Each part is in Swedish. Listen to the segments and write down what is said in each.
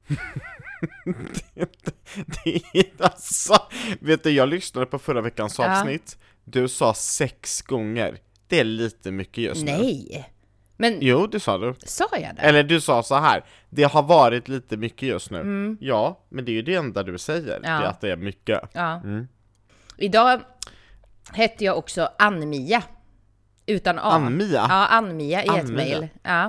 det är alltså, vet du, jag lyssnade på förra veckans avsnitt. Du sa 6 gånger. Det är lite mycket just nu. Nej. Men jo, det sa du. sa jag det? Eller du sa så här: det har varit lite mycket just nu. Ja, men det är ju det enda du säger. Det är att det är mycket. Ja. Idag hette jag också Ann-Mia. Utan A. Ann-Mia? Ja, Ann-Mia i ett mejl. Ja.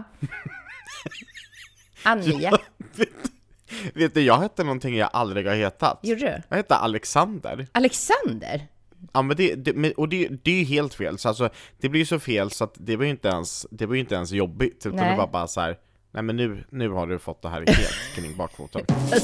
Ann-Mia. Vet du, jag hette någonting jag aldrig har hetat. Gjorde du? Jag hette Alexander. Alexander? Ja, men det är ju helt fel. Så alltså, det blir ju så fel så att det var ju inte ens jobbigt. Utan det var bara så här: nej men nu har du fått det här helt kring bakfoten.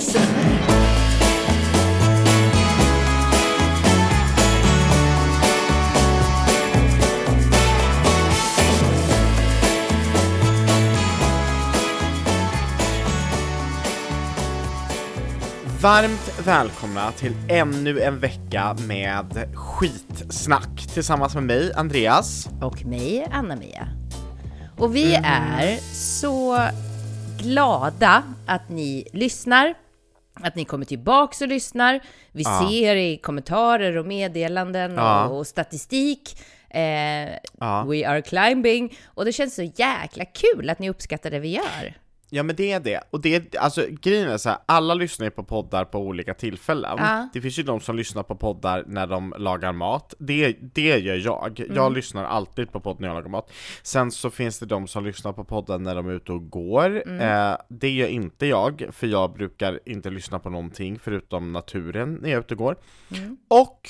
Varmt välkomna till ännu en vecka med skitsnack tillsammans med mig, Andreas. Och mig, Anna-Mia. Och vi är så glada att ni lyssnar, att ni kommer tillbaka och lyssnar. Vi ser i kommentarer och meddelanden och statistik. We are climbing. Och det känns så jäkla kul att ni uppskattar det vi gör. Ja, men det är det. Och det är, alltså, grejen är så här, alla lyssnar ju på poddar på olika tillfällen. Det finns ju de som lyssnar på poddar när de lagar mat. Det gör jag. Jag lyssnar alltid på podd när jag lagar mat. Sen så finns det de som lyssnar på podden när de är ute och går. Det gör inte jag, för jag brukar inte lyssna på någonting förutom naturen när jag är ute och går. Och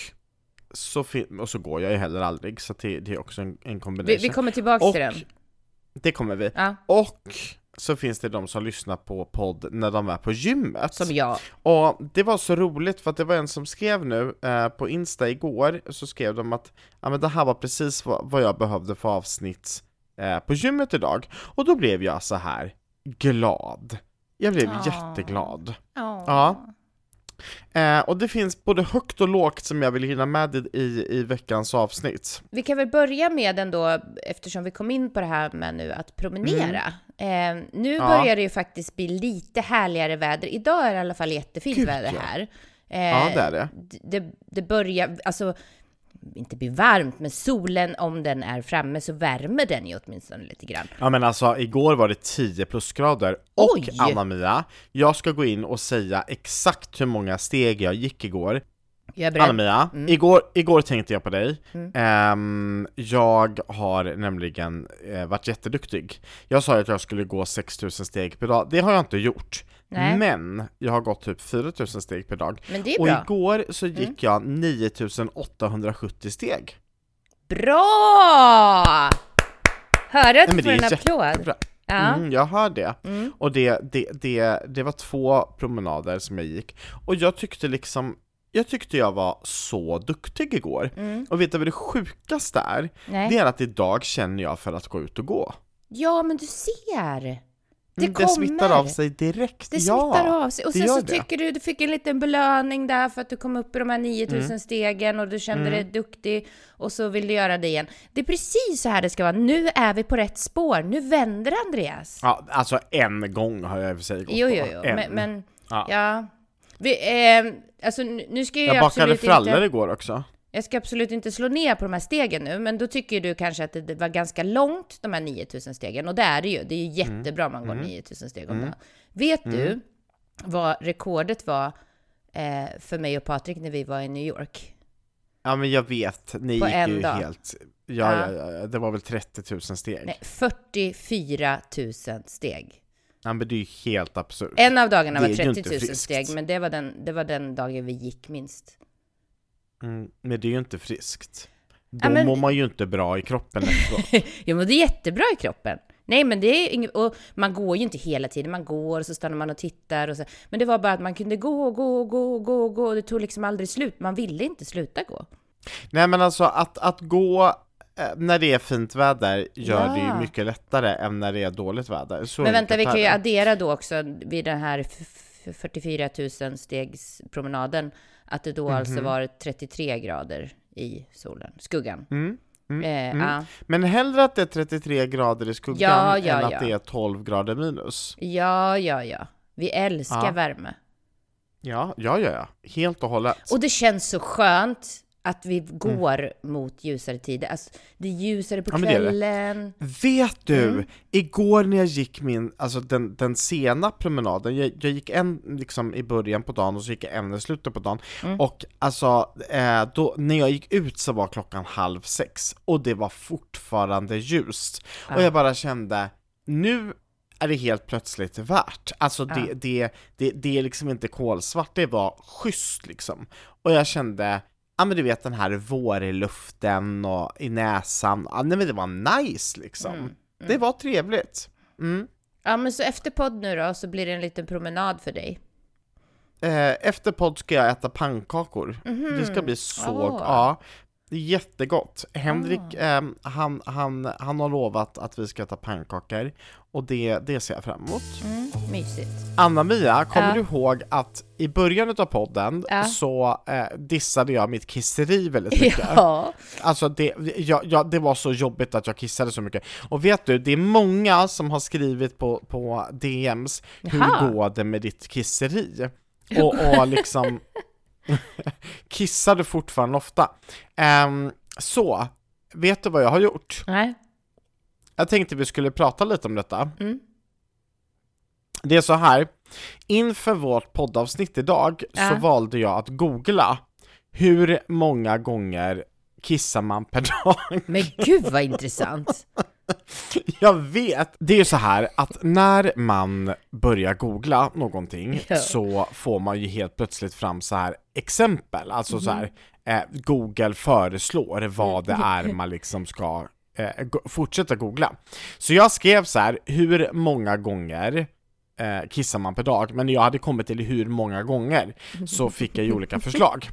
så går jag ju heller aldrig, så det är också en kombination. Vi kommer tillbaka till den. Det kommer vi. Och så finns det de som lyssnar på podd när de är på gymmet. Som jag. Och det var så roligt, för att det var en som skrev nu på Insta igår. Så skrev de att men det här var precis vad jag behövde för avsnitt på gymmet idag. Och då blev jag så här glad. Jag blev jätteglad. Ja. Och det finns både högt och lågt som jag vill hinna med i veckans avsnitt. Vi kan väl börja med ändå, eftersom vi kom in på det här med nu att promenera. Nu börjar det ju faktiskt bli lite härligare väder. Idag är det i alla fall jättefint väder här. Ja, det är det. Det börjar, alltså inte bli varmt, men solen, om den är framme så värmer den ju åtminstone lite grann. Ja, men alltså igår var det 10 plusgrader. Och Anna-Mia, jag ska gå in och säga exakt hur många steg jag gick igår. Anna-Mia, igår tänkte jag på dig. Jag har nämligen varit jätteduktig. Jag sa att jag skulle gå 6000 steg per dag. Det har jag inte gjort. Nej. Men jag har gått typ 4000 steg per dag. Men det är och bra. Igår så gick jag 9870 steg. Bra! Hör att du får en applåd. Jag hör det. Och det var 2 promenader som jag gick. Och jag tyckte jag var så duktig igår. Och vet du vad det sjukaste är? Nej. Det är att idag känner jag för att gå ut och gå. Ja, men du ser. Det smittar av sig direkt. Det smittar av sig. Och sen så tycker du fick en liten belöning där för att du kom upp i de här 9000 stegen och du kände dig duktig och så vill du göra det igen. Det är precis så här det ska vara. Nu är vi på rätt spår. Nu vänder Andreas. Ja, alltså en gång har jag i och för sig gått på. Men ja. Alltså nu ska jag bakade frallor igår också. Jag ska absolut inte slå ner på de här stegen nu, men då tycker du kanske att det var ganska långt, de här 9000 stegen. Och det är det ju. Det är ju jättebra om man går 9000 steg om dagen. Vet du vad rekordet var för mig och Patrik när vi var i New York? Ja, men jag vet. Ni på gick en ju dag. Helt... Ja, det var väl 30 000 steg. Nej, 44 000 steg. Ja, men det är ju helt absurt. En av dagarna var 30 000 steg, men det var den dagen vi gick minst. Men det är ju inte friskt. Då mår man ju inte bra i kroppen efteråt. Jo, men det är jättebra i kroppen. Nej, men det är inget, och man går ju inte hela tiden. Man går och så stannar man och tittar. Och så. Men det var bara att man kunde gå. Och det tog liksom aldrig slut. Man ville inte sluta gå. Nej, men alltså att gå när det är fint väder gör det ju mycket lättare än när det är dåligt väder. Så men vänta, vi kan ju addera då också vid den här 44 000 stegs promenaden att det då alltså var 33 grader i solen, skuggan. Men hellre att det är 33 grader i skuggan än att det är 12 grader minus. Ja. Vi älskar värme. Ja. Helt och hållet. Och det känns så skönt att vi går mot ljusare tider. Alltså, det är ljusare på kvällen. Vet du, igår när jag gick den sena promenaden, jag gick en liksom i början på dagen och så gick jag en i slutet på dagen. Och alltså, då, när jag gick ut så var klockan 5:30 och det var fortfarande ljust. Och jag bara kände, nu är det helt plötsligt värt. Alltså det är liksom inte kolsvart, det var schysst liksom. Och jag kände, men du vet den här vår i luften och i näsan. Nej, men det var nice liksom. Det var trevligt. Ja, men så efter podd nu då så blir det en liten promenad för dig. Efter podd ska jag äta pannkakor. Det ska bli så det är jättegott. Henrik, han har lovat att vi ska äta pannkakor. Och det ser jag fram emot. Mysigt. Anna-Mia, kommer du ihåg att i början av podden så dissade jag mitt kisseri väldigt mycket? Ja. Alltså det var så jobbigt att jag kissade så mycket. Och vet du, det är många som har skrivit på DMs, hur går det med ditt kisseri? Och liksom kissar du fortfarande ofta? Så, vet du vad jag har gjort? Nej. Jag tänkte vi skulle prata lite om detta. Det är så här, inför vårt poddavsnitt idag så valde jag att googla hur många gånger kissar man per dag. Men gud vad intressant. Jag vet. Det är ju så här att när man börjar googla någonting så får man ju helt plötsligt fram så här exempel. Alltså så här, Google föreslår vad det är man liksom ska fortsätta googla. Så jag skrev så här, hur många gånger kissar man per dag, men när jag hade kommit till hur många gånger så fick jag ju olika förslag.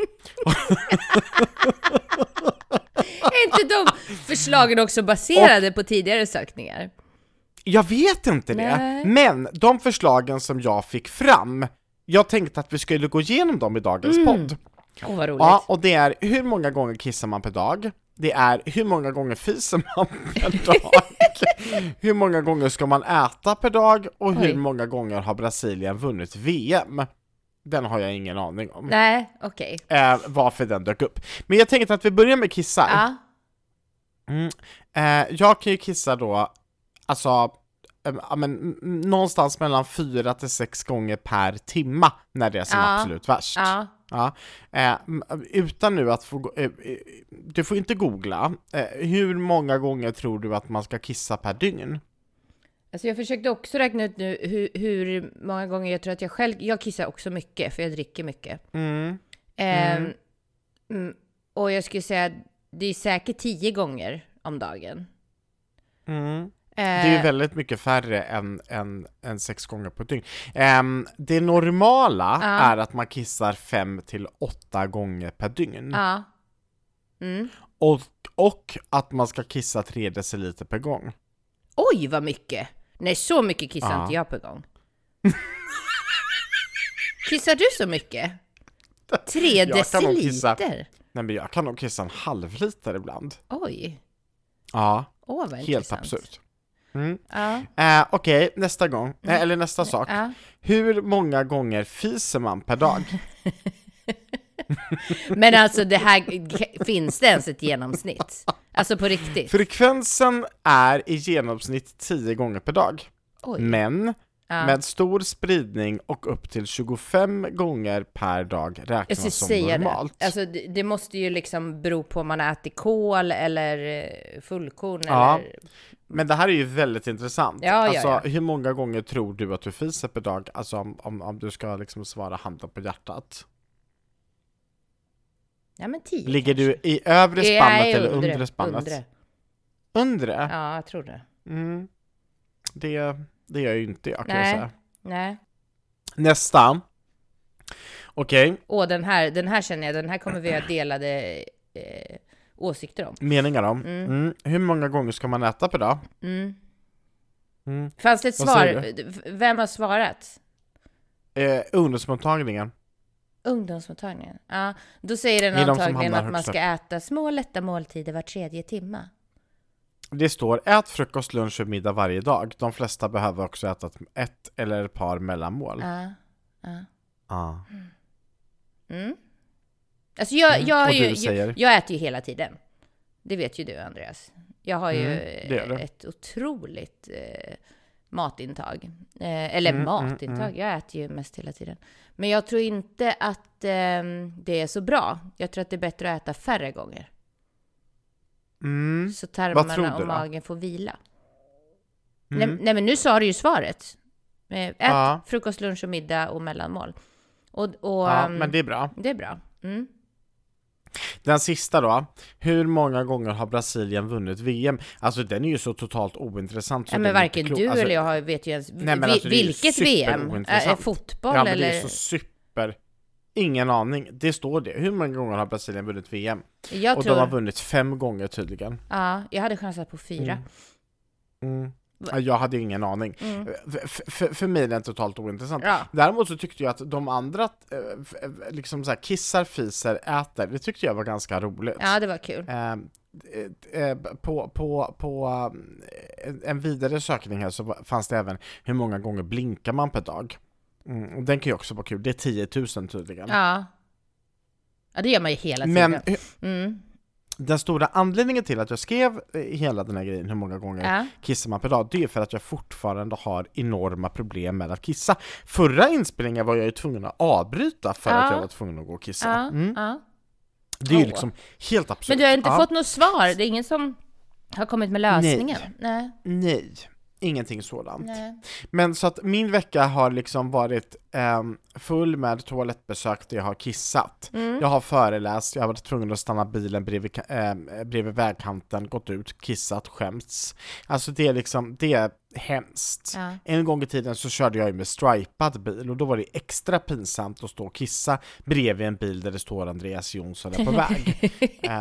Är inte de förslagen också baserade på tidigare sökningar? Jag vet inte det, men de förslagen som jag fick fram, jag tänkte att vi skulle gå igenom dem i dagens podd. Vad roligt. Ja, och det är hur många gånger kissar man per dag? Det är hur många gånger fiser man per dag? Hur många gånger ska man äta per dag? Och hur många gånger har Brasilien vunnit VM? Den har jag ingen aning om. Nej, okej. Varför den dök upp. Men jag tänkte att vi börjar med kissar. Jag kan ju kissa då, alltså någonstans mellan 4 till 6 gånger per timma när det är som absolut värst. Utan nu att få du får inte googla. Hur många gånger tror du att man ska kissa per dygn? Alltså jag försökte också räkna ut nu hur många gånger jag tror att jag kissar också mycket, för jag dricker mycket. Och jag skulle säga det är säkert 10 gånger om dagen. Det är ju väldigt mycket färre än 6 gånger på ett dygn. Det normala är att man kissar 5 till 8 gånger per dygn. Och att man ska kissa 3 deciliter per gång. Oj, vad mycket! Nej, så mycket kissar inte jag per gång. Kissar du så mycket? 3 deciliter? Nej, men jag kan nog kissa en halv liter ibland. Oj. Ja, vad helt intressant. absurt. Okej, nästa gång. Eller nästa sak. Hur många gånger fiser man per dag? Men alltså det här, finns det ens ett genomsnitt? Alltså på riktigt? Frekvensen är i genomsnitt 10 gånger per dag. Oj. Men med stor spridning och upp till 25 gånger per dag räknas som normalt. Det. Alltså det måste ju liksom bero på om man äter kål eller fullkorn eller... Men det här är ju väldigt intressant. Hur många gånger tror du att du fiser per dag? Alltså om du ska liksom svara handen på hjärtat. Ja, men 10 ligger kanske. Du i övre spannet eller undre spannet? Undre? Ja, jag tror det. Det gör ju inte jag, kan jag säga. Nej. Nästa. Okej. Den här känner jag, den här kommer vi ha delade åsikter om. Meningar om. Hur många gånger ska man äta per dag? Fanns det ett svar? Vem har svarat? Ungdomsmottagningen. Ungdomsmottagningen. Ja, då säger den antagligen att man ska äta små lätta måltider var 3:e timma. Det står, ät frukost, lunch och middag varje dag. De flesta behöver också äta ett eller ett par mellanmål. Alltså jag äter ju hela tiden. Det vet ju du, Andreas. Jag har ju ett otroligt matintag. Matintag. Jag äter ju mest hela tiden. Men jag tror inte att det är så bra. Jag tror att det är bättre att äta färre gånger. Så tarmarna och magen får vila. Nej, men nu sa du ju svaret. Ät frukost, lunch och middag och mellanmål. Men det är bra. Det är bra. Den sista då. Hur många gånger har Brasilien vunnit VM? Alltså den är ju så totalt ointressant. Så men varken du eller jag vet ju ens vilket VM. Fotboll eller? Det är så super. Ingen aning. Det står det. Hur många gånger har Brasilien vunnit VM? De har vunnit 5 gånger tydligen. Ja, jag hade chansat på 4. Jag hade ingen aning. För mig är det totalt ointressant. Däremot så tyckte jag att de andra liksom så här, kissar, fiser, äter. Det tyckte jag var ganska roligt. Ja, det var kul. På en vidare sökning här så fanns det även hur många gånger blinkar man per dag. Och den kan ju också vara kul. Det är 10 000 tydligen. Ja, det gör man ju hela tiden. Men den stora anledningen till att jag skrev hela den här grejen, hur många gånger kissar man per dag, det är för att jag fortfarande har enorma problem med att kissa. Förra inspelningen var jag ju tvungen att avbryta för att jag var tvungen att gå och kissa. Det är ju liksom helt absurt. Men du har inte fått något svar? Det är ingen som har kommit med lösningen? Nej. Ingenting sådant. Nej. Men så att min vecka har liksom varit full med toalettbesök där jag har kissat. Jag har föreläst, jag har varit tvungen att stanna bilen bredvid vägkanten, gått ut, kissat, skämts. Alltså det är liksom, det är hemskt. En gång i tiden så körde jag ju med stripad bil och då var det extra pinsamt att stå och kissa bredvid en bil där det står Andreas Jonsson är på väg.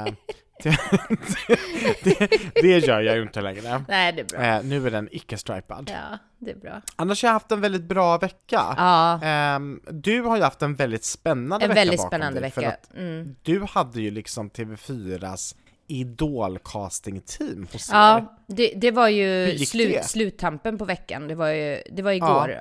Det gör jag ju inte längre. Nej, det är bra. Nu är den icke-stripad. Ja, det är bra. Annars har jag haft en väldigt bra vecka. Du har ju haft en väldigt spännande vecka. En väldigt spännande vecka. Du hade ju liksom TV4s idol-casting-team hos er. Det var ju sluttampen på veckan. Det var igår.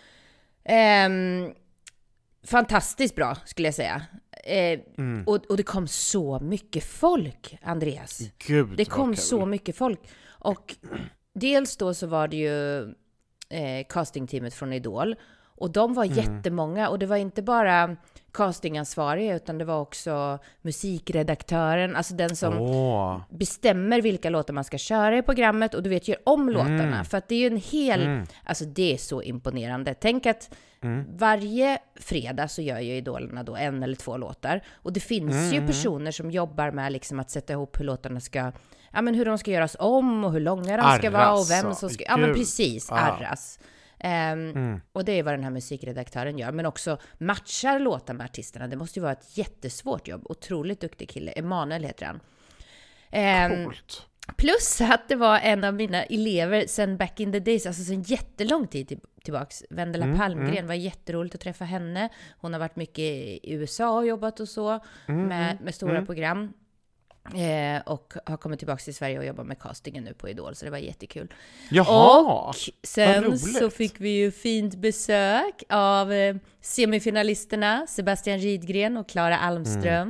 Fantastiskt bra, skulle jag säga. Och det kom så mycket folk, Andreas. Gud, det kom så mycket folk. Och dels då så var det ju castingteamet från Idol. Och de var jättemånga. Och det var inte bara castingansvariga utan det var också musikredaktören. Alltså den som bestämmer vilka låtar man ska köra i programmet. Och du vet, gör om låtarna. För att det är ju en hel... Alltså det är så imponerande. Tänk att varje fredag så gör ju idolerna då 1 eller 2 låtar. Och det finns ju personer som jobbar med liksom att sätta ihop hur låtarna ska... Ja, men hur de ska göras om och hur långa de ska vara och vem som ska... Ja, men precis. Arras. Och det är vad den här musikredaktören gör. Men också matchar låtar med artisterna. Det måste ju vara ett jättesvårt jobb. Otroligt duktig kille. Emanuel heter han. Coolt. Plus att det var en av mina elever sen back in the days, alltså sen jättelång tid tillbaks. Vendela Palmgren, var jätteroligt att träffa henne. Hon har varit mycket i USA och jobbat och så med stora program. Och har kommit tillbaka till Sverige och jobbar med castingen nu på Idol, så det var jättekul. Jaha, och sen så fick vi ju fint besök av semifinalisterna Sebastian Rydgren och Clara Almström.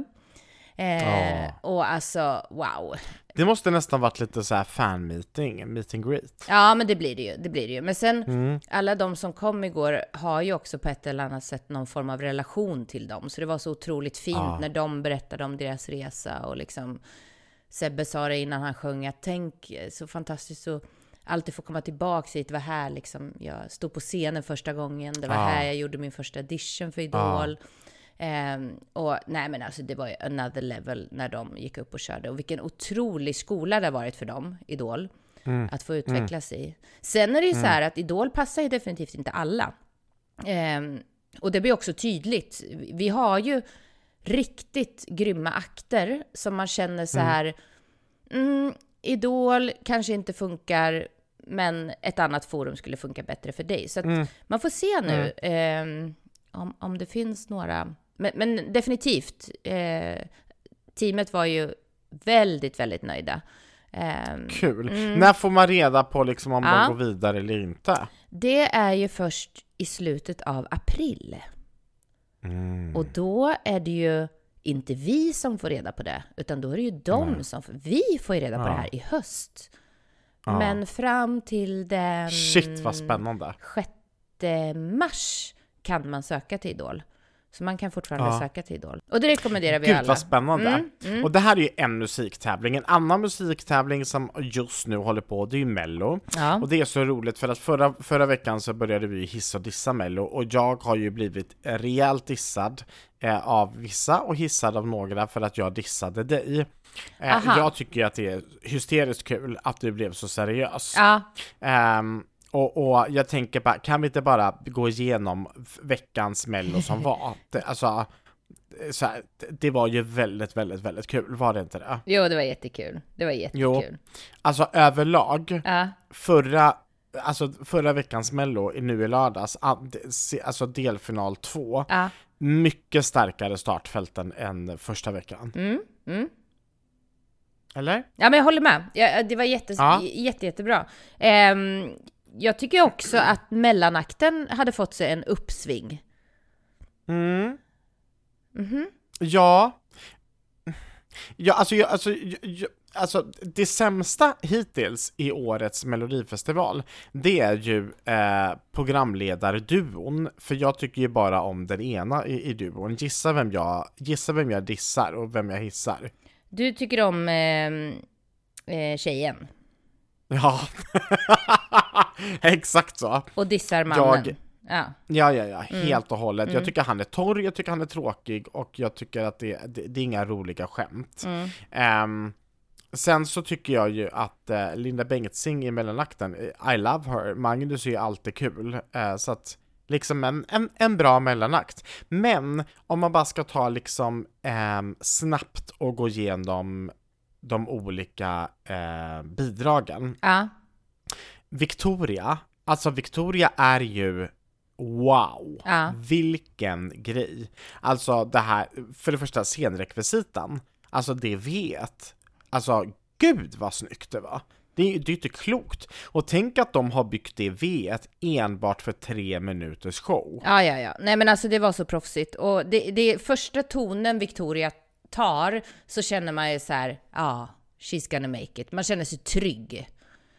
Och alltså, wow. Det måste nästan varit lite så här fan-meeting, meet and greet. Ja, men det blir det ju. Men sen, alla de som kom igår har ju också på ett eller annat sätt någon form av relation till dem. Så det var så otroligt fint när de berättade om deras resa. Och liksom, Sebbe sa det innan han sjöng att tänk, så fantastiskt att alltid få komma tillbaka hit. Det var här liksom, jag stod på scenen första gången. Det var här jag gjorde min första audition för Idol. Och nej, men alltså det var ju another level när de gick upp och körde. Och vilken otrolig skola det har varit för dem, Idol, att få utvecklas i. Sen är det ju så här att Idol passar ju definitivt inte alla. Och det blir också tydligt. Vi har ju riktigt grymma akter som man känner så här, Idol kanske inte funkar, men ett annat forum skulle funka bättre för dig. Så att man får se nu om det finns några. Men definitivt, teamet var ju väldigt, väldigt nöjda. Kul. När får man reda på liksom om de går vidare eller inte? Det är ju först i slutet av april. Och då är det ju inte vi som får reda på det, utan då är det ju de som vi får reda på det här i höst. Men fram till den Shit, vad spännande. 6 mars kan man söka till Idol. Så man kan fortfarande söka till Idol. Och det rekommenderar vi alla. Gud vad spännande. Och det här är ju en musiktävling. En annan musiktävling som just nu håller på, det är ju Mello. Och det är så roligt för att förra veckan så började vi hissa och dissa Mello. Och jag har ju blivit rejält dissad av vissa och hissad av några för att jag dissade dig. Jag tycker att det är hysteriskt kul att du blev så seriös. Och jag tänker bara, kan vi inte bara gå igenom veckans Mello som var? Det var ju väldigt, väldigt, väldigt kul, var det inte det? Jo, det var jättekul. Jo, alltså överlag, förra veckans Mello nu i lördags, alltså delfinal 2, mycket starkare startfälten än första veckan. Eller? Ja, men jag håller med. Det var jättebra. Jag tycker också att mellanakten hade fått sig en uppsving. Ja, alltså det sämsta hittills i årets Melodifestival, det är ju programledarduon, för jag tycker ju bara om den ena i duon. Gissa vem jag dissar och vem jag hissar. Du tycker om tjejen. Ja, exakt så. Och dissar mannen. Ja, helt och hållet. Jag tycker han är torr, jag tycker han är tråkig och jag tycker att det är inga roliga skämt. Sen så tycker jag ju att Linda Bengtzing i mellanakten, I love her. Magnus är ju alltid kul. Så att liksom en bra mellanakt. Men om man bara ska ta liksom snabbt och gå igenom de olika bidragen. Victoria är ju wow, vilken grej. Alltså det här, för det första scenrekvisitan, alltså det alltså gud vad snyggt det var. Det är inte klokt. Och tänk att de har byggt det enbart för 3 minuters show. Ja. Nej, men alltså det var så proffsigt. Och det första tonen Victoria tar, så känner man ju så här, she's gonna make it. Man känner sig trygg.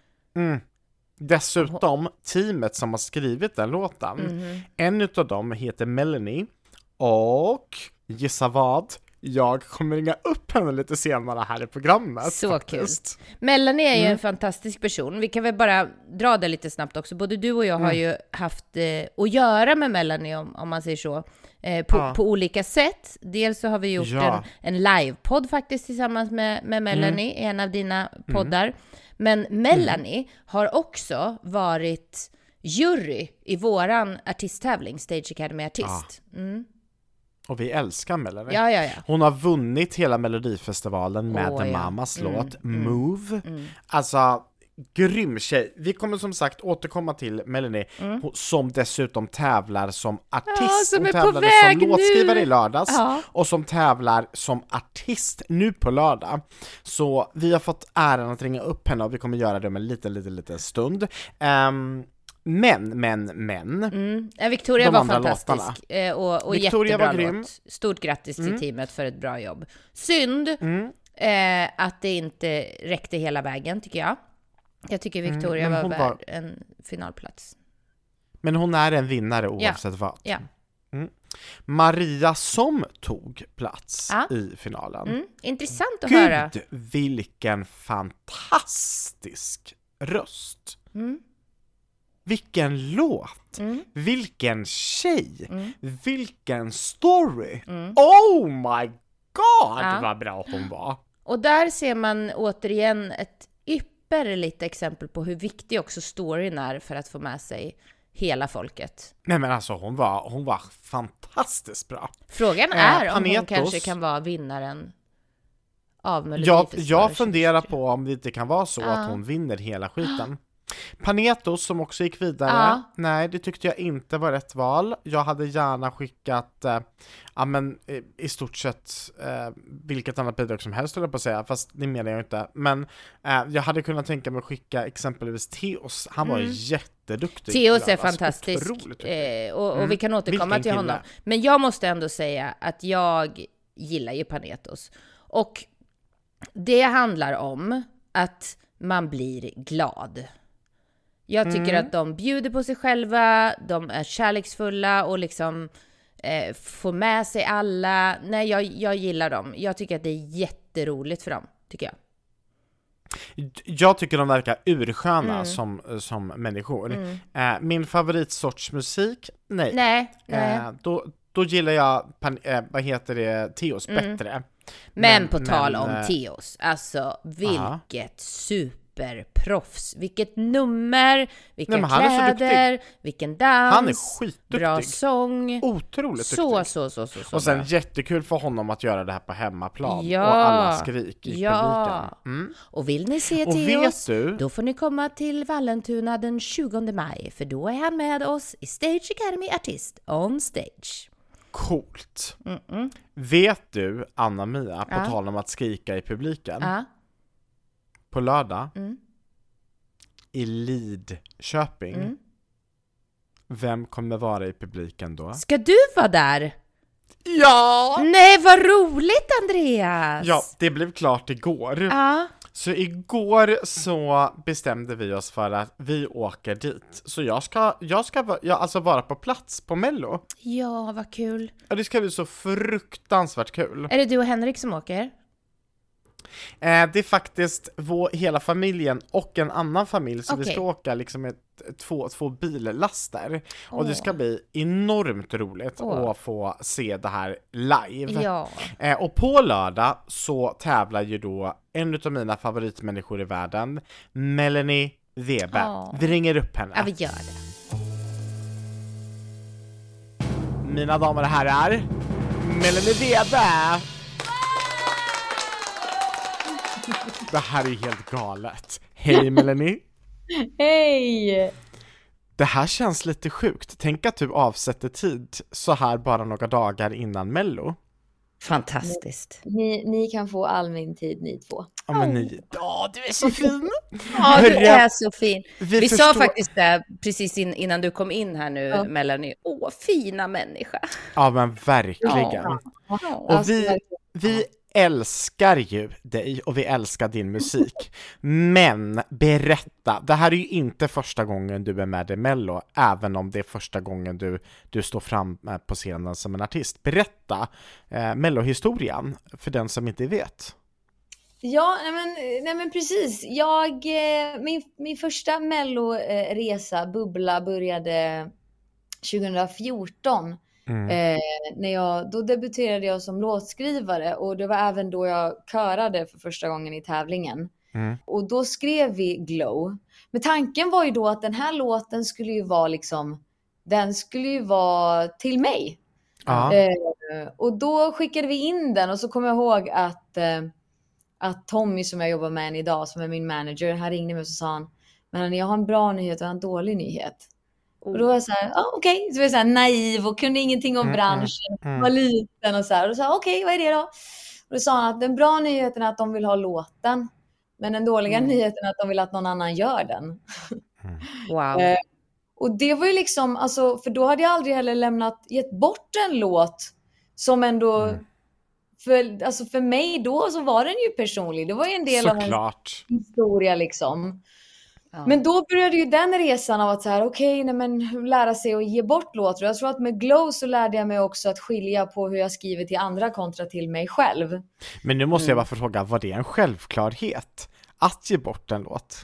Dessutom, teamet som har skrivit den låten, en utav dem heter Melanie, och gissa vad? Jag kommer ringa upp henne lite senare här i programmet. Så faktiskt. Kul. Melanie är ju en fantastisk person. Vi kan väl bara dra det lite snabbt också. Både du och jag har ju haft att göra med Melanie, om man säger så, på olika sätt. Dels så har vi gjort en livepodd faktiskt tillsammans med Melanie i en av dina poddar. Men Melanie har också varit jury i våran artisttävling, Stage Academy Artist. Och vi älskar Melanie. Ja. Hon har vunnit hela Melodifestivalen med The Mamas låt Move. Alltså, grym tjej. Vi kommer som sagt återkomma till Melanie, som dessutom tävlar som artist. Som hon tävlade som låtskrivare i lördags och som tävlar som artist nu på lördag. Så vi har fått äran att ringa upp henne och vi kommer göra det om en liten stund. Men Victoria var fantastisk och Victoria jättebra var grym. låt. Stort grattis till teamet för ett bra jobb. Synd att det inte räckte hela vägen, tycker jag. Jag tycker Victoria var värd en finalplats. Men hon är en vinnare oavsett vad. Ja. Maria som tog plats i finalen. Intressant att höra. Gud, vilken fantastisk röst. Vilken låt. Vilken tjej. Vilken story. Oh my god, vad bra hon var. Och där ser man återigen ett ypperligt exempel på hur viktig också storyn är för att få med sig hela folket. Nej, men alltså hon var fantastiskt bra. Frågan är om hon kanske kan vara vinnaren av Melodifestivalen. Jag funderar på om det inte kan vara så att hon vinner hela skiten. Panetos som också gick vidare. Nej, det tyckte jag inte var rätt val. Jag hade gärna skickat i stort sett vilket annat bidrag som helst, höll jag på att säga, fast det menar jag inte. Men jag hade kunnat tänka mig att skicka exempelvis Theos. Han var jätteduktig. Theos är fantastisk. Och vi kan återkomma till honom. Men jag måste ändå säga att jag gillar ju Panetos. Och det handlar om att man blir glad. Jag tycker att de bjuder på sig själva, de är kärleksfulla och liksom får med sig alla. Nej, jag gillar dem. Jag tycker att det är jätteroligt för dem, tycker jag. Jag tycker de verkar ursköna som människor. Min favoritsorts musik? Nej. Då gillar jag Theos bättre. Men på tal om Theos, alltså vilket superproffs. Vilket nummer, vilka kläder, vilken dans. Han är skitduktig. Bra sång. Otroligt duktig. Så och sen jättekul för honom att göra det här på hemmaplan. Och alla skrik i publiken. Och vill ni se Theos, då får ni komma till Vallentuna den 20 maj. För då är han med oss i Stage Academy Artist on stage. Coolt. Vet du, Anna-Mia, på tal om att skrika i publiken, på lördag i Lidköping, vem kommer vara i publiken då? Ska du vara där? Ja! Nej, vad roligt, Andreas! Ja, det blev klart igår. Så igår så bestämde vi oss för att vi åker dit. Så jag ska vara på plats på Mello. Ja, vad kul. Ja, det ska bli så fruktansvärt kul. Är det du och Henrik som åker? Det är faktiskt hela familjen och en annan familj. Så vi ska åka liksom två billaster. Och det ska bli enormt roligt att få se det här live. Ja. Och på lördag så tävlar ju då en av mina favoritmänniskor i världen, Melanie Weber. Vi ringer upp henne. Ja, vi gör det. Mina damer och herrar, Melanie Weber! Det här är helt galet. Hej Melanie. Hej! Det här känns lite sjukt. Tänk att du avsätter tid så här bara några dagar innan Mello. Fantastiskt. Ni kan få all min tid, ni två. Ja, men du är så fin. Ja, du är så fin. Vi sa faktiskt det precis innan du kom in här nu, Melanie. Fina människa. Ja, men verkligen. Och vi älskar ju dig och vi älskar din musik. Men berätta, det här är ju inte första gången du är med i Mello, även om det är första gången du står fram på scenen som en artist. Berätta Mello-historien för den som inte vet. Ja, nej men precis. Min första Mello-resa, Bubbla, började 2014. Då debuterade jag som låtskrivare och det var även då jag körade för första gången i tävlingen. Och då skrev vi Glow. Men tanken var ju då att den här låten skulle ju vara till mig. Och då skickade vi in den och så kom jag ihåg att Tommy som jag jobbar med än idag, som är min manager, han ringde mig och så sa han, men jag har en bra nyhet och en dålig nyhet. Och då var jag så här, okej. Så var jag så här naiv och kunde ingenting om branschen. Var liten och så här. Och då sa okej, vad är det då? Och då sa han att den bra nyheten är att de vill ha låten. Men den dåliga nyheten är att de vill att någon annan gör den. Wow. Och det var ju liksom, alltså, för då hade jag aldrig heller gett bort en låt som ändå, för mig då så var den ju personlig. Det var ju en del av en historia liksom. Men då började ju den resan av att så här, lära sig att ge bort låtar. Jag tror att med Glow så lärde jag mig också att skilja på hur jag skriver till andra kontra till mig själv. Men nu måste jag bara fråga, var det en självklarhet att ge bort en låt?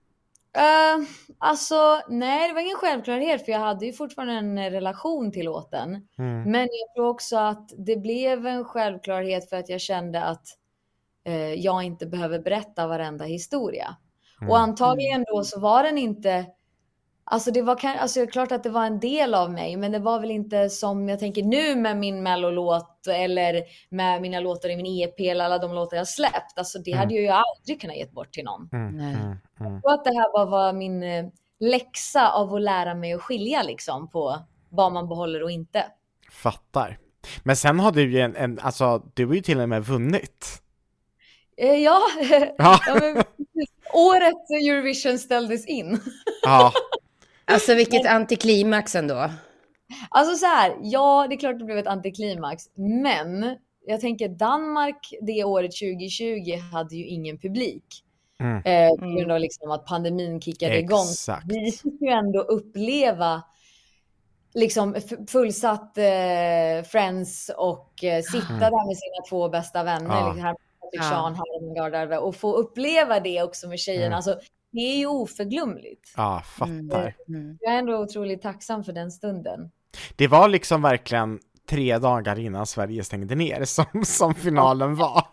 Nej, det var ingen självklarhet för jag hade ju fortfarande en relation till låten. Men jag tror också att det blev en självklarhet för att jag kände att jag inte behöver berätta varenda historia. Och antagligen då så var den inte Alltså det var klart att det var en del av mig, men det var väl inte som jag tänker nu med min mellolåt eller med mina låtar i min EP eller alla de låtar jag släppt. Alltså det hade jag ju aldrig kunnat ge bort till någon. Jag tror att det här var min läxa av att lära mig att skilja liksom på vad man behåller och inte. Fattar. Men sen har du ju alltså du har ju till och med vunnit. Ja. Ja men, året Eurovision ställdes in. Ja. Alltså vilket antiklimax ändå. Alltså så här, ja det är klart det blev ett antiklimax. Men jag tänker Danmark det året 2020 hade ju ingen publik. På grund av liksom att pandemin kickade igång. Vi fick ju ändå uppleva liksom fullsatt Friends och sitta där med sina 2 bästa vänner. Liksom, och få uppleva det också med tjejerna. Alltså, det är ju oförglömligt. Ja, fattar. Jag är ändå otroligt tacksam för den stunden. Det var liksom verkligen 3 dagar innan Sverige stängde ner som finalen var.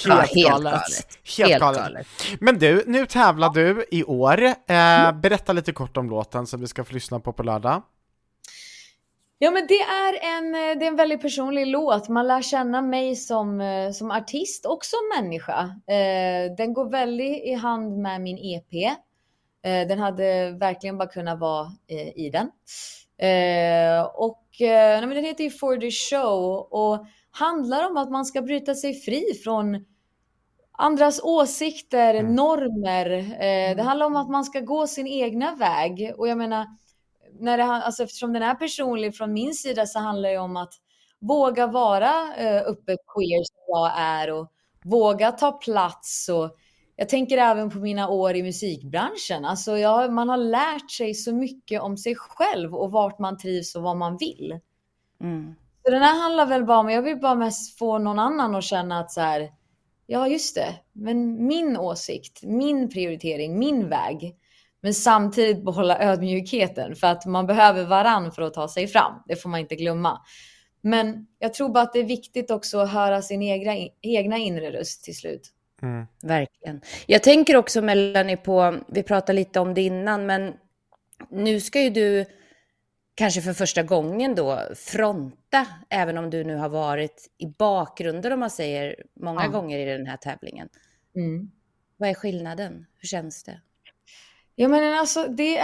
Helt galet. Men du, nu tävlar du i år. Berätta lite kort om låten som vi ska få lyssna på lördag. Ja men det är en väldigt personlig låt. Man lär känna mig som artist och som människa. Den går väldigt i hand med min EP. Den hade verkligen bara kunnat vara i den. Men den heter ju For the Show och handlar om att man ska bryta sig fri från andras åsikter, normer. Det handlar om att man ska gå sin egna väg. Och jag menar, eftersom den är personlig från min sida så handlar det om att våga vara öppet queer som jag är och våga ta plats. Och jag tänker även på mina år i musikbranschen. Alltså man har lärt sig så mycket om sig själv och vart man trivs och vad man vill. Så den här handlar väl bara om, jag vill bara mest få någon annan att känna att så här, ja just det, men min åsikt, min prioritering, min väg. Men samtidigt behålla ödmjukheten för att man behöver varann för att ta sig fram. Det får man inte glömma. Men jag tror bara att det är viktigt också att höra sin egna inre röst till slut. Verkligen. Jag tänker också Melanie på, vi pratade lite om det innan, men nu ska ju du kanske för första gången då fronta, även om du nu har varit i bakgrunden om man säger många gånger i den här tävlingen. Vad är skillnaden? Hur känns det? Ja men alltså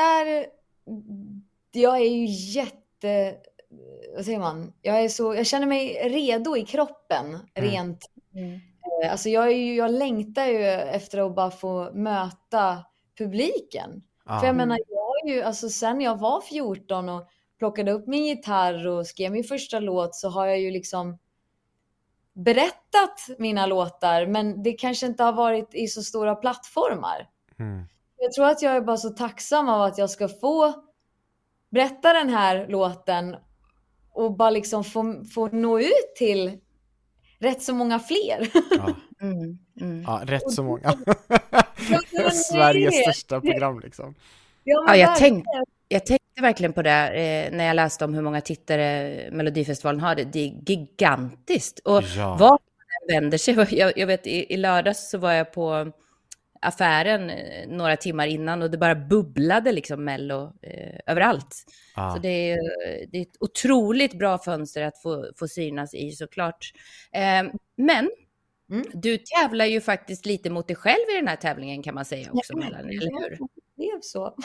jag är ju vad säger man? Jag känner mig redo i kroppen rent. Alltså jag längtar ju efter att bara få möta publiken. För jag menar, jag har ju, alltså sen jag var 14 och plockade upp min gitarr och skrev min första låt så har jag ju liksom berättat mina låtar, men det kanske inte har varit i så stora plattformar. Jag tror att jag är bara så tacksam av att jag ska få berätta den här låten och bara liksom få nå ut till rätt så många fler. Ja, rätt så många. Sveriges största program liksom. Ja, jag tänkte verkligen på det när jag läste om hur många tittare Melodifestivalen hade. Det är gigantiskt. Och vad man vänder sig. Jag vet, i lördags så var jag på affären några timmar innan och det bara bubblade liksom Mello överallt. Så det är ett otroligt bra fönster att få synas i såklart. Men du tävlar ju faktiskt lite mot dig själv i den här tävlingen kan man säga också, Melanie, eller hur? Det är så.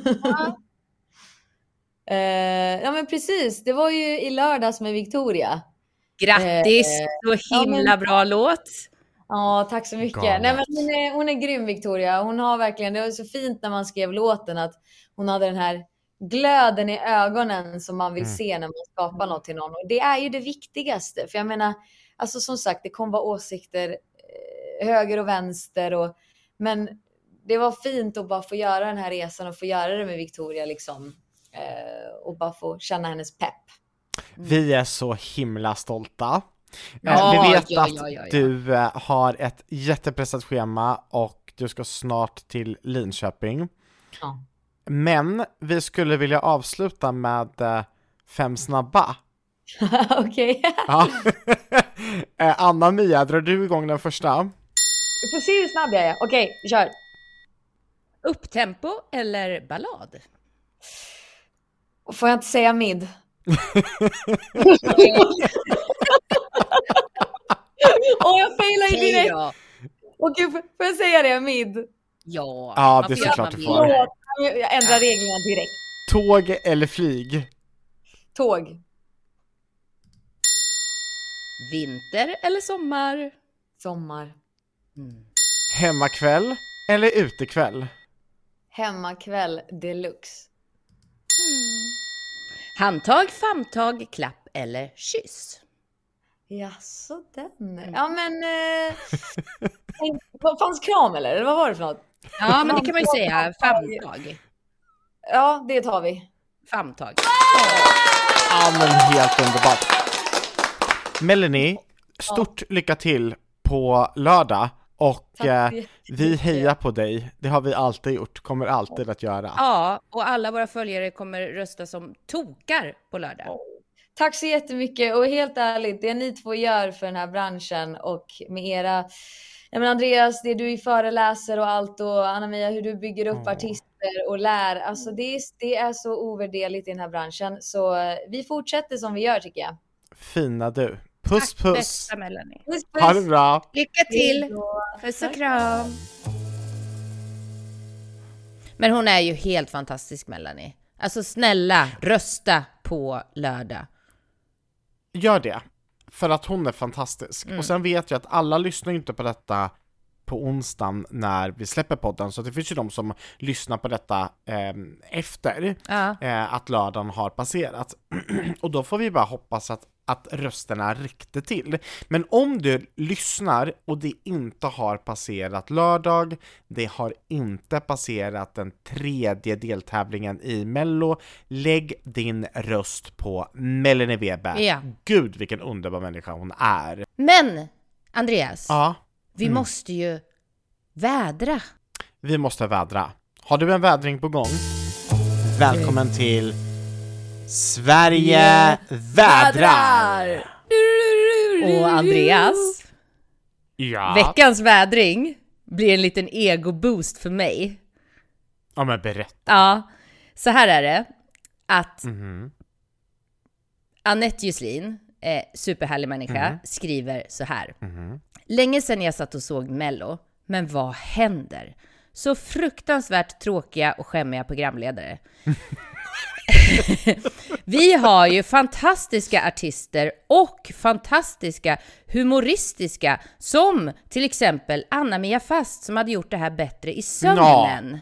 Ja men precis, det var ju i lördags med Victoria. Grattis, så himla bra låt. Ja, tack så mycket. Nej, men hon är grym Victoria. Hon har verkligen, det var så fint när man skrev låten att hon hade den här glöden i ögonen som man vill se när man skapar något till någon. Och det är ju det viktigaste. För jag menar, alltså som sagt, det kommer vara åsikter höger och vänster. Men det var fint att bara få göra den här resan och få göra det med Victoria liksom. Och bara få känna hennes pepp. Vi är så himla stolta. Vi vet att du har ett jättepressat schema och du ska snart till Linköping. Men vi skulle vilja avsluta med 5 snabba. Okej. Anna-Mia, drar du igång den första? Du får se hur snabb jag är. Okej, kör. Upptempo eller ballad? Får jag inte säga mid? Jag failar ju direkt. Okej, får jag säga det? Mid? Ja, det är såklart du får. Jag ändrar reglerna direkt. Tåg eller flyg? Tåg. Vinter eller sommar? Sommar. Hemmakväll eller utekväll? Hemmakväll deluxe. Handtag, famntag, klapp eller kyss? Jaså, den. Ja, men... vad fanns kram eller? Vad var det för något? Ja, men det kan man ju säga. Famntag. Ja, det tar vi. Famntag. Ja, men helt underbart. Melanie, stort lycka till på lördag. Och vi hejar på dig. Det har vi alltid gjort, kommer alltid att göra. Ja, och alla våra följare kommer rösta som tokar på lördag. Tack så jättemycket, och helt ärligt, det ni två gör för den här branschen och med era... Ja, men Andreas, det du föreläser och allt, och Anna-Mia, hur du bygger upp artister och lär. Alltså det är så ovärderligt i den här branschen. Så vi fortsätter som vi gör, tycker jag. Fina du. Puss, tack, puss. Bästa Melanie. Puss, puss. Ha det bra. Lycka till. Puss och kram. Men hon är ju helt fantastisk, Melanie. Alltså snälla, rösta på lördag. Gör det. För att hon är fantastisk. Och sen vet jag att alla lyssnar inte på detta på onsdagen när vi släpper podden. Så det finns ju de som lyssnar på detta efter att lördagen har passerat. Och då får vi bara hoppas att rösterna räckte till. Men om du lyssnar och det inte har passerat lördag, det har inte passerat den 3:e deltävlingen i Mello, lägg din röst på Melanie Weber. Ja. Gud, vilken underbar människa hon är. Men, Andreas, Ja. vi måste ju vädra. Vi måste vädra. Har du en vädring på gång? Välkommen till Sverige vädrar! Och Andreas, Ja. veckans vädring blir en liten ego-boost för mig. Ja, men berätta. Ja, så här är det. Att Anette Juslin, superhärlig människa, skriver så här. Länge sedan jag satt och såg Mello, men vad händer? Så fruktansvärt tråkiga och skämmiga programledare. Vi har ju fantastiska artister och fantastiska humoristiska, som till exempel Anna-Mia Fast, som hade gjort det här bättre i sömnen.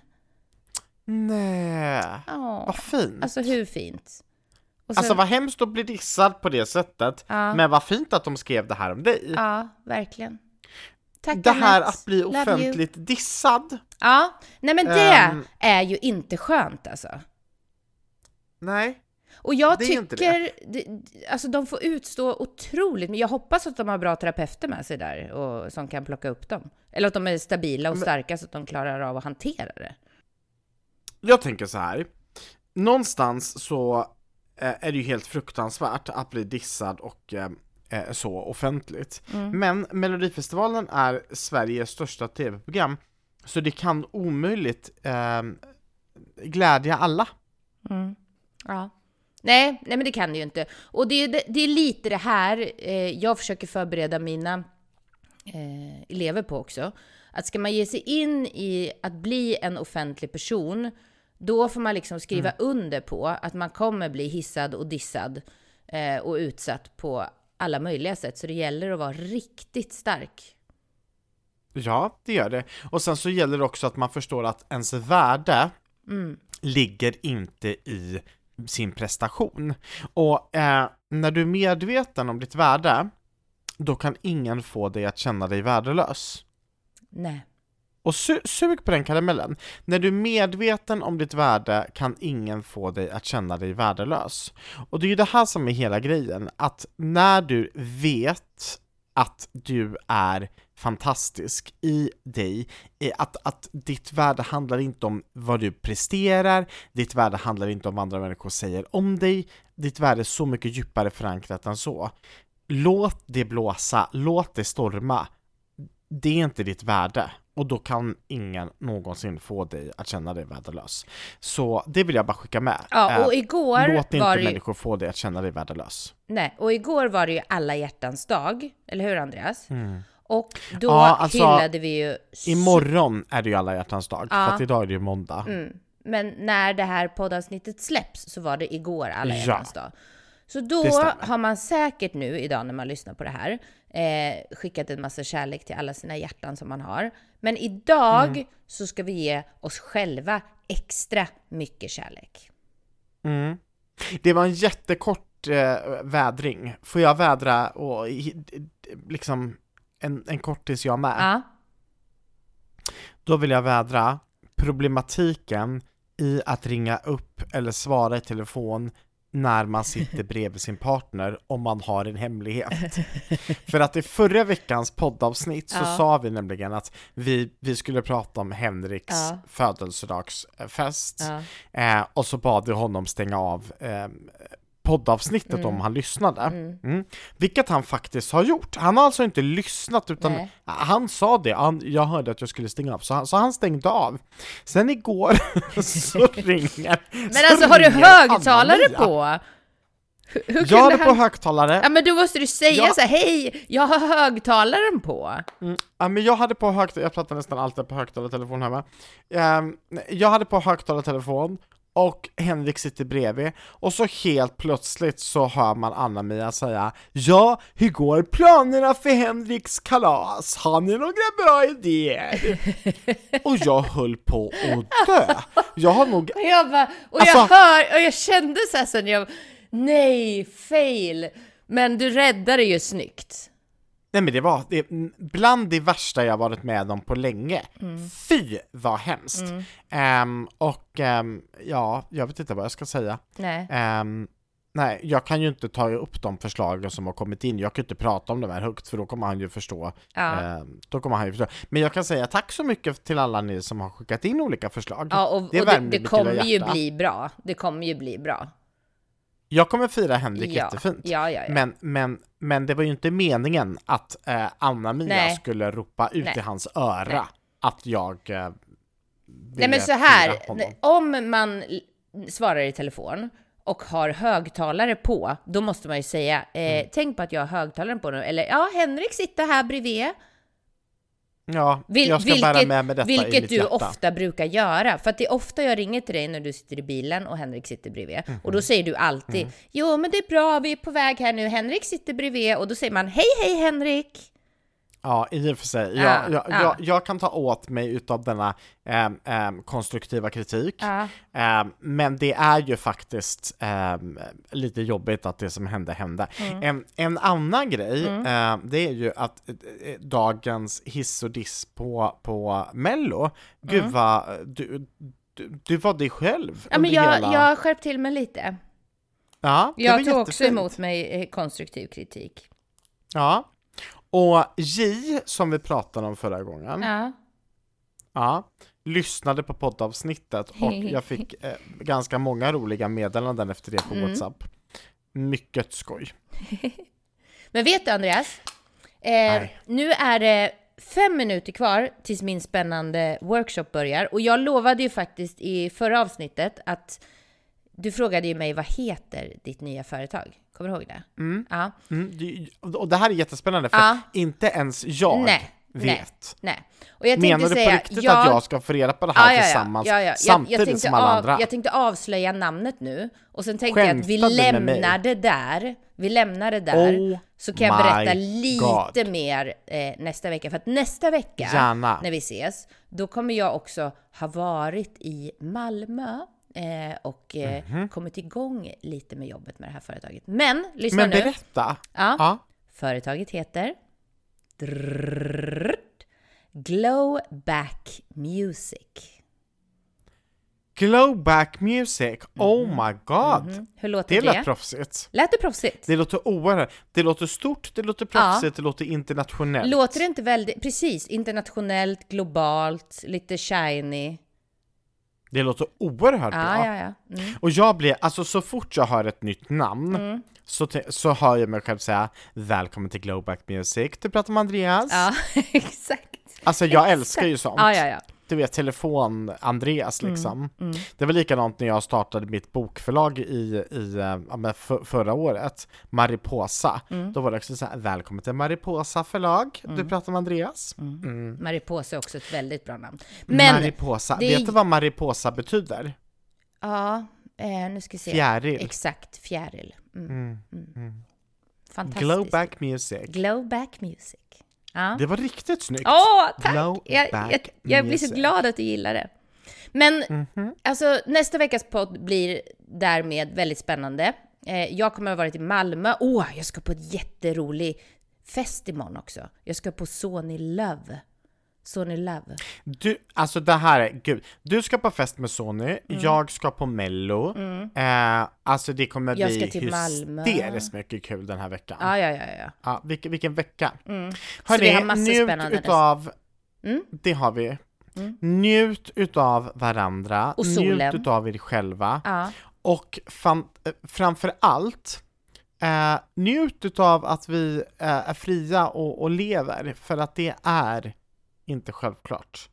Nej, vad fint. Alltså hur fint? Och så, alltså vad hemskt att bli dissad på det sättet. Men vad fint att de skrev det här om dig. Ja, verkligen. Tack, det här Annette. att bli offentligt dissad. Ja, nej men det är ju inte skönt alltså. Nej. Och jag tycker, alltså de får utstå otroligt, men jag hoppas att de har bra terapeuter med sig där och som kan plocka upp dem. Eller att de är stabila och starka så att de klarar av att hantera det. Jag tänker så här. Någonstans så är det ju helt fruktansvärt att bli dissad och så offentligt. Men Melodifestivalen är Sveriges största tv-program, så det kan omöjligt glädja alla. Ja. Nej, men det kan det ju inte. Och det är lite det här jag försöker förbereda mina elever på också. Att ska man ge sig in i att bli en offentlig person, då får man liksom skriva under på att man kommer bli hissad och dissad och utsatt på alla möjliga sätt. Så det gäller att vara riktigt stark. Ja, det gör det. Och sen så gäller det också att man förstår att ens värde ligger inte i sin prestation. Och när du är medveten om ditt värde, då kan ingen få dig att känna dig värdelös. Nej. Och sug på den karamellen. När du är medveten om ditt värde kan ingen få dig att känna dig värdelös. Och det är ju det här som är hela grejen. Att när du vet att du är fantastisk i dig, att ditt värde handlar inte om vad du presterar, ditt värde handlar inte om vad andra människor säger om dig, ditt värde är så mycket djupare förankrat än så. Låt det blåsa, låt det storma. Det är inte ditt värde. Och då kan ingen någonsin få dig att känna dig värdelös. Så det vill jag bara skicka med. Ja, och igår låt inte var det... människor få dig att känna dig värdelös. Nej, och igår var det ju alla hjärtans dag. Eller hur, Andreas? Och då hyllade vi ju... Imorgon är det ju alla hjärtans dag. För att idag är det ju måndag. Men när det här poddavsnittet släpps så var det igår alla hjärtans dag. Så då har man säkert nu idag när man lyssnar på det här skickat en massa kärlek till alla sina hjärtan som man har. Men idag så ska vi ge oss själva extra mycket kärlek. Det var en jättekort vädring. Får jag vädra och liksom en kortis jag med? Ja. Då vill jag vädra problematiken i att ringa upp eller svara i telefon när man sitter bredvid sin partner om man har en hemlighet. För att i förra veckans poddavsnitt så sa vi nämligen att vi skulle prata om Henriks födelsedagsfest. Och så bad vi honom stänga av poddavsnittet om han lyssnade. Vilket han faktiskt har gjort. Han har alltså inte lyssnat utan han sa det. Jag hörde att jag skulle stänga av. Så han stängde av. Sen igår så ringer... Men alltså har du högtalare på? Hur jag hade på högtalare. Ja, men då måste du säga så här: hej, jag har högtalaren på. Ja, men jag hade på högtalare. Jag pratar nästan alltid på högtalartelefon hemma. Jag hade på högtalartelefon. Och Henrik sitter bredvid. Och så helt plötsligt så hör man Anna-Mia säga: ja, hur går planerna för Henriks kalas? Har ni några bra idéer? Och jag höll på att dö. Jag har nog... Jag kände så här sen nej, fail. Men du räddade ju snyggt. Nej, men det var bland det värsta jag varit med om på länge. Fy, vad hemskt. Jag vet inte vad jag ska säga. Nej, jag kan ju inte ta upp de förslagen som har kommit in. Jag kan inte prata om de här högt för då kommer han ju förstå. Men jag kan säga tack så mycket till alla ni som har skickat in olika förslag. Ja, och det kommer ju bli bra. Det kommer ju bli bra. Jag kommer fira Henrik jättefint. Ja. Men det var ju inte meningen att Anna-Mia skulle ropa ut i hans öra att jag Nej, men så här, om man svarar i telefon och har högtalare på, då måste man ju säga tänk på att jag har högtalaren på nu. Eller Henrik sitter här bredvid. Ja, jag ska bära med detta i mitt vilket du hjärta. ofta brukar göra. För att det är ofta jag ringer till dig när du sitter i bilen och Henrik sitter bredvid. Och då säger du alltid, jo men det är bra, vi är på väg här nu, Henrik sitter bredvid. Och då säger man, hej Henrik. Ja, i och för sig. Jag kan ta åt mig utav denna konstruktiva kritik. Men det är ju faktiskt lite jobbigt att det som hände. En annan grej, det är ju att dagens hiss och diss på Mello, gud vad du var dig själv. Ja, men jag skärpt till mig lite. Ja, jag tog också emot mig konstruktiv kritik. Ja. Och J, som vi pratade om förra gången, lyssnade på poddavsnittet och jag fick ganska många roliga meddelanden efter det på WhatsApp. Mycket skoj. Men vet du, Andreas? Nu är det 5 minuter kvar tills min spännande workshop börjar. Och jag lovade ju faktiskt i förra avsnittet att du frågade ju mig, vad heter ditt nya företag? Kommer du ihåg det? Ja. Och det här är jättespännande för inte ens jag vet. Nej. Och jag menar du på riktigt att jag ska få reda på det här tillsammans samtidigt som alla andra? Jag tänkte avslöja namnet nu. Och sen tänkte jag att vi lämnar det där. Så kan jag berätta lite mer nästa vecka. För att nästa vecka, när vi ses, då kommer jag också ha varit i Malmö. Och kommit igång lite med jobbet med det här företaget. Men lyssna nu. Men berätta. Ja. Företaget heter Glow Back Music. Glow Back Music. Oh my god. Hur låter det? Det lät proffsigt. Lät det proffsigt? Det låter oerhört. Det låter stort, det låter proffsigt, det låter internationellt. Låter det inte väldigt, precis, internationellt, globalt, lite shiny. Det låter oerhört bra. Ja. Och jag blir, alltså så fort jag hör ett nytt namn så hör jag mig själv säga välkommen till Glowback Music. Du pratar med Andreas. Ja, exakt. Alltså jag älskar ju sånt. Ja. Du vet, telefon Andreas liksom. Det var likadant när jag startade mitt bokförlag förra året. Mariposa. Då var det också så här, välkommen till Mariposa förlag. Du pratar med Andreas. Mariposa är också ett väldigt bra namn. Men Mariposa, vet du vad Mariposa betyder? Ja, nu ska vi se. Fjäril. Exakt, fjäril. Fantastiskt. Glowback Music. Glowback Music. Ja. Det var riktigt snyggt. Tack! Jag blir så glad att du gillar det. Men alltså, nästa veckas podd blir därmed väldigt spännande. Jag kommer att ha varit i Malmö. Jag ska på ett jätterolig fest imorgon också. Jag ska på Sony Love. Du, alltså det här är, gud. Du ska på fest med Sony, jag ska på Mello. Alltså det kommer bli hysteriskt mycket kul den här veckan. Ja. Vilken vecka. Så vi har massor spännande. Det har vi. Njut utav varandra. Och solen. Njut utav er själva. Och framför allt njut utav att vi är fria och lever. För att det är inte självklart.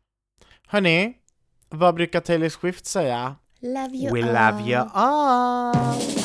Hörni, vad brukar Taylor Swift säga? Love you We love you all.